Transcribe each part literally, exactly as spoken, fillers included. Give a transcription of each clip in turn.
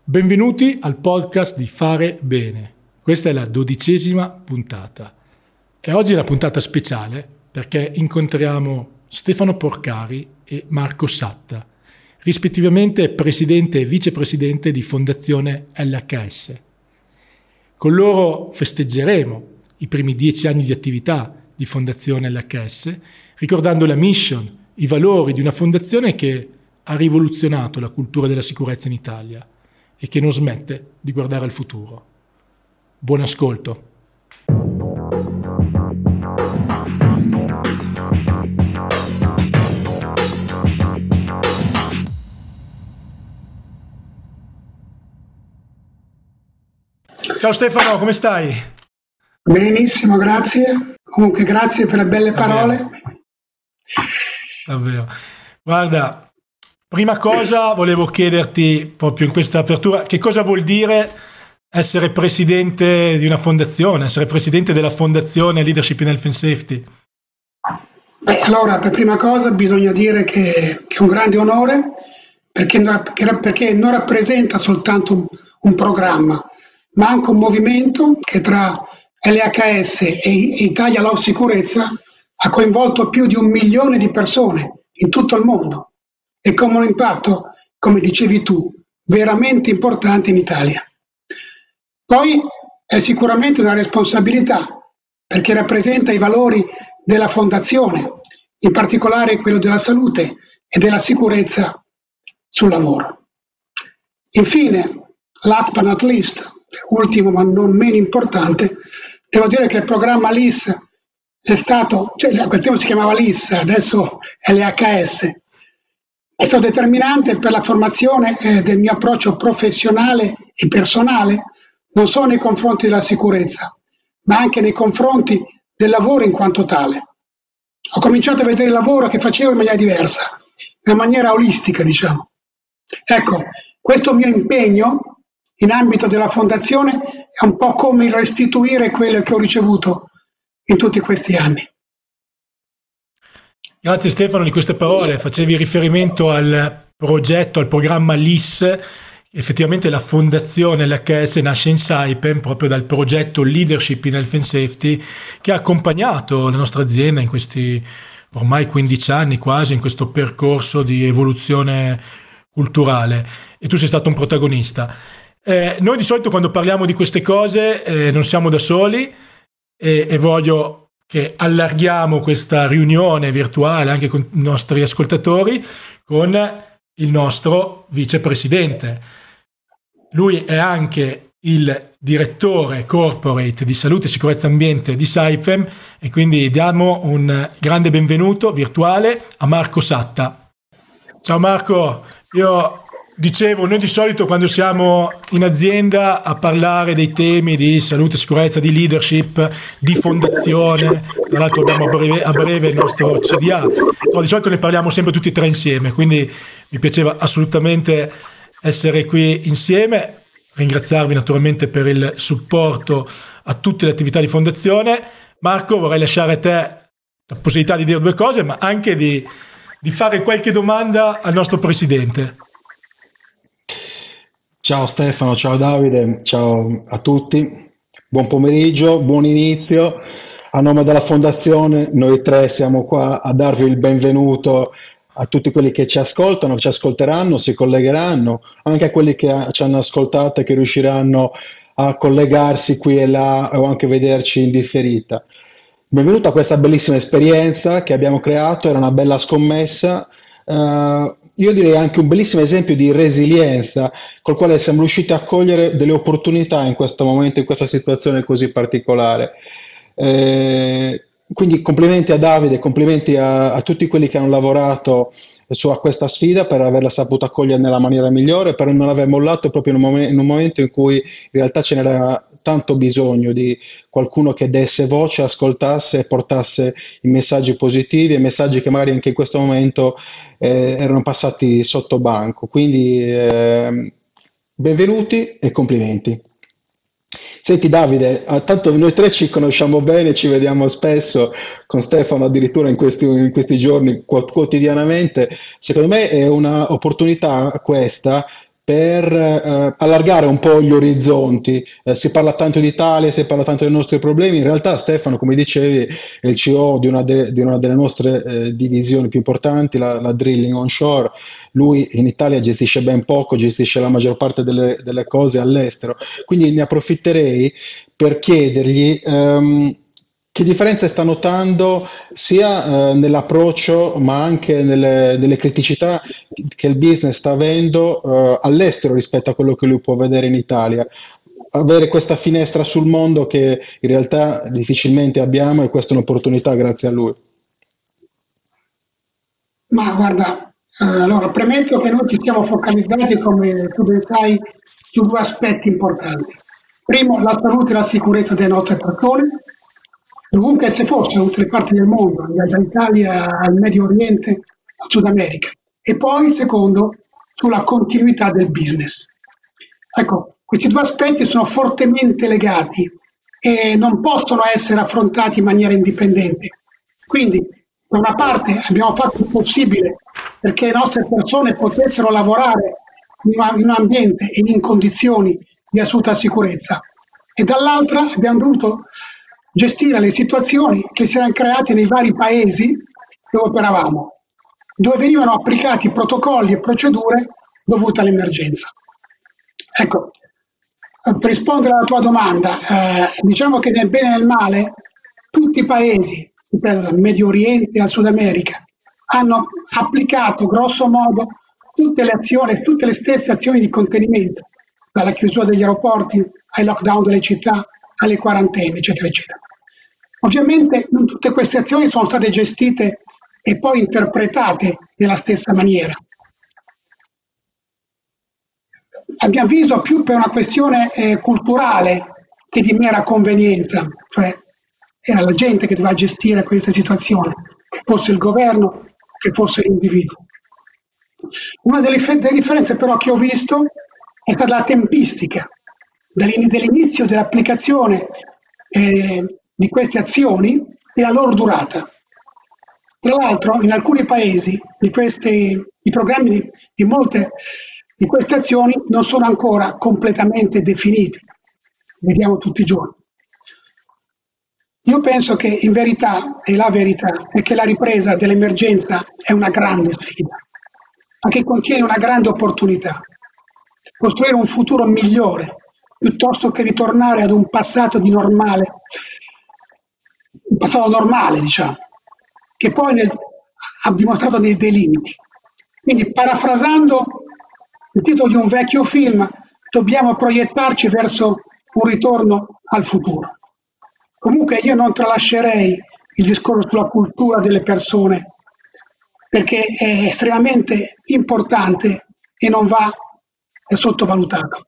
Benvenuti al podcast di Fare Bene. Questa è la dodicesima puntata e oggi è una puntata speciale perché incontriamo Stefano Porcari e Marco Satta, rispettivamente presidente e vicepresidente di Fondazione L H S. Con loro festeggeremo i primi dieci anni di attività di Fondazione L H S, ricordando la mission, i valori di una fondazione che ha rivoluzionato la cultura della sicurezza in Italia e che non smette di guardare al futuro. Buon ascolto. Ciao Stefano, come stai? Benissimo, grazie. Comunque grazie per le belle Davvero. parole. Davvero. Guarda, prima cosa volevo chiederti proprio in questa apertura che cosa vuol dire essere presidente di una fondazione, essere presidente della fondazione Leadership in Health and Safety. Beh, allora, per prima cosa bisogna dire che, che è un grande onore perché, perché non rappresenta soltanto un, un programma, ma anche un movimento che tra L H S e Italia Law Sicurezza ha coinvolto più di un milione di persone in tutto il mondo e con un impatto, come dicevi tu, veramente importante in Italia. Poi è sicuramente una responsabilità perché rappresenta i valori della fondazione, in particolare quello della salute e della sicurezza sul lavoro. Infine, last but not least, ultimo ma non meno importante, devo dire che il programma L I S è stato, cioè a quel tempo si chiamava L I S, adesso è L H S, è stato determinante per la formazione eh, del mio approccio professionale e personale, non solo nei confronti della sicurezza, ma anche nei confronti del lavoro in quanto tale. Ho cominciato a vedere il lavoro che facevo in maniera diversa, in una maniera olistica, diciamo. Ecco, questo mio impegno in ambito della fondazione è un po' come il restituire quello che ho ricevuto in tutti questi anni. Grazie Stefano di queste parole. Facevi riferimento al progetto, al programma L I S. Effettivamente la fondazione L H S nasce in Saipem proprio dal progetto Leadership in Health and Safety che ha accompagnato la nostra azienda in questi ormai quindici anni quasi, in questo percorso di evoluzione culturale, e tu sei stato un protagonista. Eh, noi di solito quando parliamo di queste cose eh, non siamo da soli e, e voglio che allarghiamo questa riunione virtuale anche con i nostri ascoltatori con il nostro vicepresidente. Lui è anche il direttore corporate di salute e sicurezza ambiente di Saipem e quindi diamo un grande benvenuto virtuale a Marco Satta. Ciao Marco, io dicevo, noi di solito quando siamo in azienda a parlare dei temi di salute, sicurezza, di leadership, di fondazione, tra l'altro abbiamo a breve, a breve il nostro C D A, però di solito ne parliamo sempre tutti e tre insieme, quindi mi piaceva assolutamente essere qui insieme, ringraziarvi naturalmente per il supporto a tutte le attività di fondazione. Marco, vorrei lasciare a te la possibilità di dire due cose, ma anche di, di fare qualche domanda al nostro presidente. Ciao Stefano, ciao Davide, ciao a tutti, buon pomeriggio, buon inizio. A nome della Fondazione noi tre siamo qua a darvi il benvenuto a tutti quelli che ci ascoltano, che ci ascolteranno, si collegheranno, anche a quelli che ci hanno ascoltato e che riusciranno a collegarsi qui e là o anche vederci in differita. Benvenuto a questa bellissima esperienza che abbiamo creato, era una bella scommessa. Uh, io direi anche un bellissimo esempio di resilienza col quale siamo riusciti a cogliere delle opportunità in questo momento, in questa situazione così particolare. Eh, quindi complimenti a Davide, complimenti a, a tutti quelli che hanno lavorato su a questa sfida per averla saputa cogliere nella maniera migliore, per non aver mollato proprio in un, mom- in un momento in cui in realtà ce n'era tanto bisogno di qualcuno che desse voce, ascoltasse e portasse i messaggi positivi e messaggi che magari anche in questo momento eh, erano passati sotto banco. Quindi eh, benvenuti e complimenti. Senti Davide, tanto noi tre ci conosciamo bene, ci vediamo spesso, con Stefano addirittura in questi, in questi giorni quotidianamente. Secondo me è un'opportunità questa per eh, allargare un po' gli orizzonti. Eh, si parla tanto di Italia, si parla tanto dei nostri problemi. In realtà Stefano, come dicevi, è il C E O di una, de- di una delle nostre eh, divisioni più importanti, la, la Drilling Onshore. Lui in Italia gestisce ben poco, gestisce la maggior parte delle, delle cose all'estero. Quindi ne approfitterei per chiedergli ehm, che differenze sta notando sia eh, nell'approccio ma anche nelle, nelle criticità che il business sta avendo eh, all'estero rispetto a quello che lui può vedere in Italia. Avere questa finestra sul mondo che in realtà difficilmente abbiamo, e questa è un'opportunità grazie a lui. Ma guarda, eh, allora premetto che noi ci siamo focalizzati, come tu ben sai, su due aspetti importanti. Primo, la salute e la sicurezza delle nostre persone, dovunque esse fossero, in tutte le parti del mondo, dall'Italia al Medio Oriente al Sud America. E poi, secondo, sulla continuità del business. Ecco, questi due aspetti sono fortemente legati e non possono essere affrontati in maniera indipendente. Quindi, da una parte abbiamo fatto il possibile perché le nostre persone potessero lavorare in, una- in un ambiente e in condizioni di assoluta sicurezza, e dall'altra abbiamo dovuto gestire le situazioni che si erano create nei vari paesi dove operavamo, dove venivano applicati protocolli e procedure dovute all'emergenza. Ecco, per rispondere alla tua domanda, eh, diciamo che nel bene e nel male tutti i paesi, ripeto, dal Medio Oriente al Sud America, hanno applicato grosso modo tutte le azioni, tutte le stesse azioni di contenimento, dalla chiusura degli aeroporti ai lockdown delle città, alle quarantene, eccetera, eccetera. Ovviamente non tutte queste azioni sono state gestite e poi interpretate nella stessa maniera. A mio avviso più per una questione eh, culturale che di mera convenienza, cioè era la gente che doveva gestire queste situazioni, che fosse il governo, che fosse l'individuo. Una delle, delle differenze però che ho visto è stata la tempistica dell'inizio dell'applicazione eh, di queste azioni e la loro durata. Tra l'altro, in alcuni paesi di questi, i programmi di, di molte di queste azioni non sono ancora completamente definiti, vediamo tutti i giorni. Io penso che in verità, e la verità, è che la ripresa dell'emergenza è una grande sfida, ma che contiene una grande opportunità. Costruire un futuro migliore, piuttosto che ritornare ad un passato di normale, un passato normale, diciamo, che poi nel, ha dimostrato dei, dei limiti. Quindi, parafrasando il titolo di un vecchio film, dobbiamo proiettarci verso un ritorno al futuro. Comunque io non tralascerei il discorso sulla cultura delle persone, perché è estremamente importante e non va sottovalutato.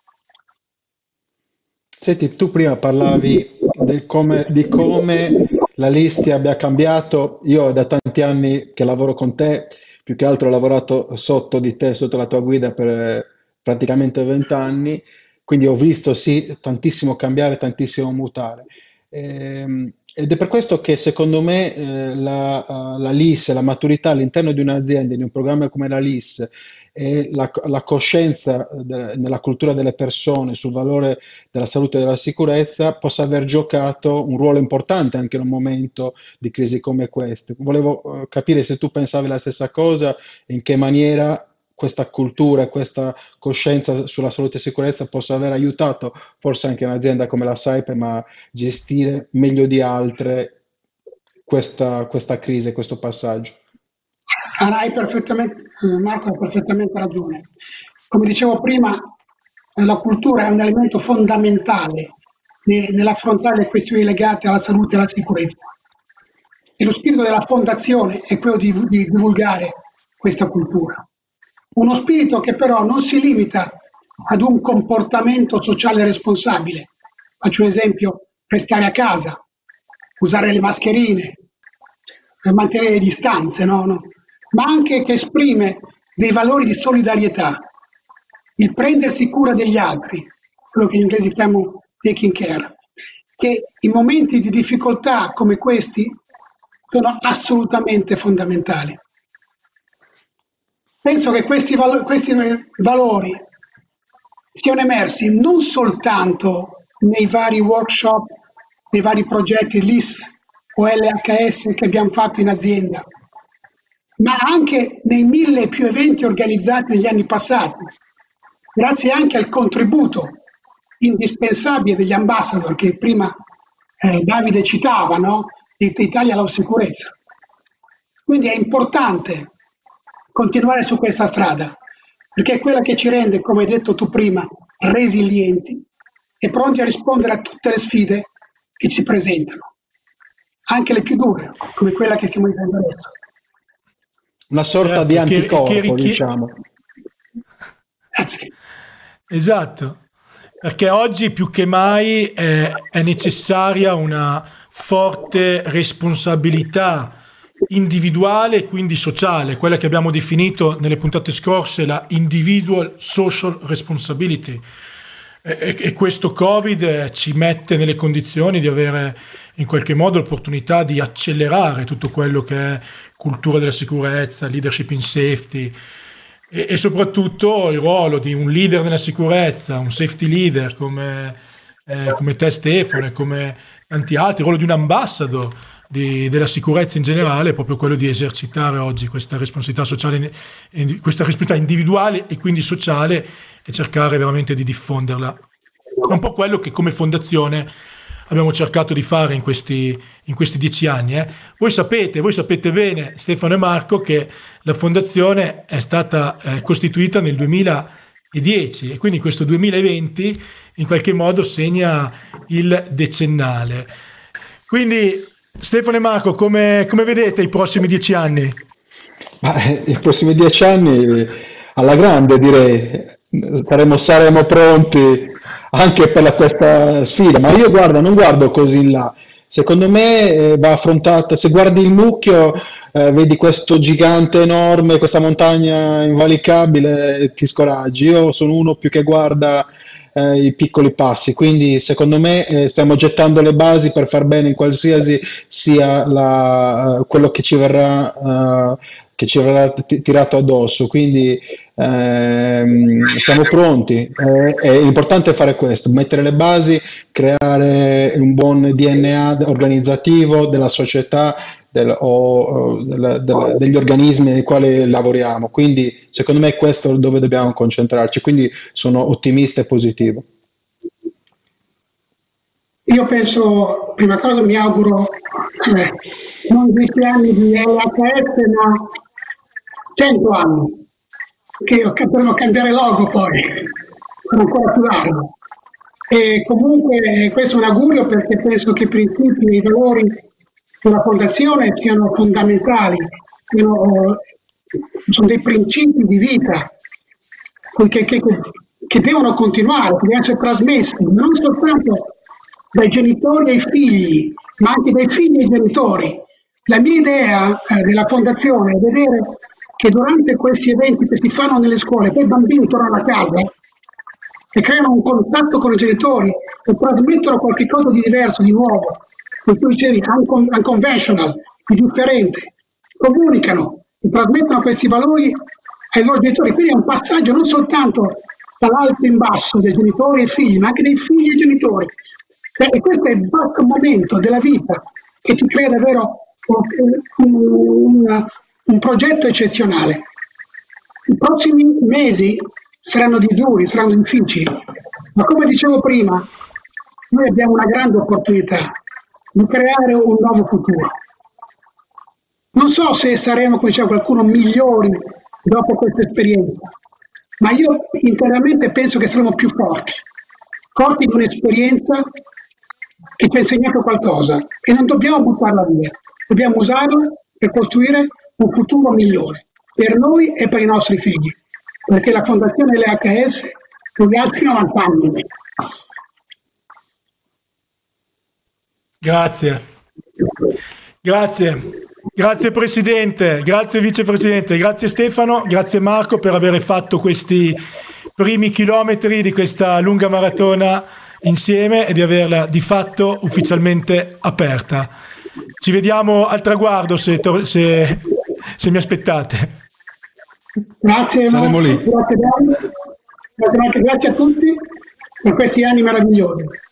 Senti, tu prima parlavi del come- di come la Listi abbia cambiato. Io da tanti anni che lavoro con te, più che altro ho lavorato sotto di te, sotto la tua guida per eh, praticamente vent'anni, quindi ho visto sì tantissimo cambiare, tantissimo mutare. Ehm, ed è per questo che secondo me eh, la, eh, la L I S, la maturità all'interno di un'azienda, di un programma come la L I S, e la, la coscienza eh, de- nella cultura delle persone sul valore della salute e della sicurezza possa aver giocato un ruolo importante anche in un momento di crisi come questo. Volevo eh, capire se tu pensavi la stessa cosa e in che maniera questa cultura e questa coscienza sulla salute e sicurezza possa aver aiutato forse anche un'azienda come la Saipem a gestire meglio di altre questa, questa crisi, questo passaggio. Ah, hai perfettamente, eh, Marco ha perfettamente ragione. Come dicevo prima, eh, la cultura è un elemento fondamentale ne- nell'affrontare le questioni legate alla salute e alla sicurezza. E lo spirito della fondazione è quello di, di divulgare questa cultura. Uno spirito che però non si limita ad un comportamento sociale responsabile. Faccio un esempio: restare a casa, usare le mascherine, per mantenere le distanze, no? No. Ma anche che esprime dei valori di solidarietà, il prendersi cura degli altri, quello che in inglese chiamo taking care, che in momenti di difficoltà come questi sono assolutamente fondamentali. penso che questi, val- questi valori siano emersi non soltanto nei vari workshop, nei vari progetti L I S o L H S che abbiamo fatto in azienda, ma anche nei mille più eventi organizzati negli anni passati, grazie anche al contributo indispensabile degli ambassador che prima eh, Davide citava, no? Di Italia alla sicurezza. Quindi è importante continuare su questa strada, perché è quella che ci rende, come hai detto tu prima, resilienti e pronti a rispondere a tutte le sfide che ci presentano, anche le più dure, come quella che stiamo vivendo adesso. Una sorta certo, di anticorpo, che, che richie- diciamo. Eh sì. Esatto, perché oggi più che mai è, è necessaria una forte responsabilità individuale e quindi sociale, quella che abbiamo definito nelle puntate scorse la individual social responsibility. E, e questo Covid ci mette nelle condizioni di avere in qualche modo l'opportunità di accelerare tutto quello che è cultura della sicurezza, leadership in safety e, e soprattutto il ruolo di un leader nella sicurezza, un safety leader come, eh, come te Stefano e come tanti altri, il ruolo di un ambassador di, della sicurezza in generale è proprio quello di esercitare oggi questa responsabilità sociale, questa responsabilità individuale e quindi sociale e cercare veramente di diffonderla. È un po' quello che come fondazione abbiamo cercato di fare in questi, in questi dieci anni. Eh. Voi sapete, voi sapete bene, Stefano e Marco, che la fondazione è stata eh, costituita nel duemiladieci e quindi questo duemilaventi in qualche modo segna il decennale. Quindi Stefano e Marco, come, come vedete i prossimi dieci anni? Ma, eh, I prossimi dieci anni alla grande, direi, saremo, saremo pronti anche per la, questa sfida, ma io guarda, non guardo così in là. Secondo me eh, va affrontata, se guardi il mucchio, eh, vedi questo gigante enorme, questa montagna invalicabile, e ti scoraggi. Io sono uno più che guarda eh, i piccoli passi, quindi secondo me eh, stiamo gettando le basi per far bene in qualsiasi sia la, uh, quello che ci verrà, uh, che ci verrà t- tirato addosso, quindi ehm, siamo pronti. Eh, è importante fare questo, mettere le basi, creare un buon D N A organizzativo della società del, o, o del, del, degli organismi nei quali lavoriamo, quindi secondo me questo è dove dobbiamo concentrarci, quindi sono ottimista e positivo. Io penso, prima cosa mi auguro eh, non dieci anni di L H S, ma cento anni, che potremmo cambiare logo poi, per ancora più largo. E comunque questo è un augurio perché penso che i principi e i valori della fondazione siano fondamentali, siano, sono dei principi di vita che, che, che devono continuare, che devono essere trasmessi non soltanto dai genitori ai figli, ma anche dai figli ai genitori. La mia idea eh, della fondazione è vedere che durante questi eventi che si fanno nelle scuole, poi i bambini tornano a casa e creano un contatto con i genitori e trasmettono qualcosa di diverso, di nuovo, come tu dicevi, uncon- unconventional, di differente, comunicano e trasmettono questi valori ai loro genitori. Quindi è un passaggio non soltanto dall'alto in basso dei genitori ai figli, ma anche dei figli ai genitori. E questo è il vasto momento della vita che ti crea davvero un, un, un progetto eccezionale. I prossimi mesi saranno di duri, saranno difficili, ma come dicevo prima, noi abbiamo una grande opportunità di creare un nuovo futuro. Non so se saremo, come diceva qualcuno, migliori dopo questa esperienza, ma io interamente penso che saremo più forti, forti di un'esperienza che ci ha insegnato qualcosa e non dobbiamo buttarla via, dobbiamo usarla per costruire un futuro migliore per noi e per i nostri figli, perché la Fondazione L H S per gli altri novanta anni. Grazie, grazie, grazie Presidente, grazie Vicepresidente, grazie Stefano, grazie Marco per aver fatto questi primi chilometri di questa lunga maratona insieme e di averla di fatto ufficialmente aperta. Ci vediamo al traguardo se, se, se mi aspettate. Grazie, saremo Marco, lì. grazie, Davide. Grazie, grazie a tutti per questi anni meravigliosi.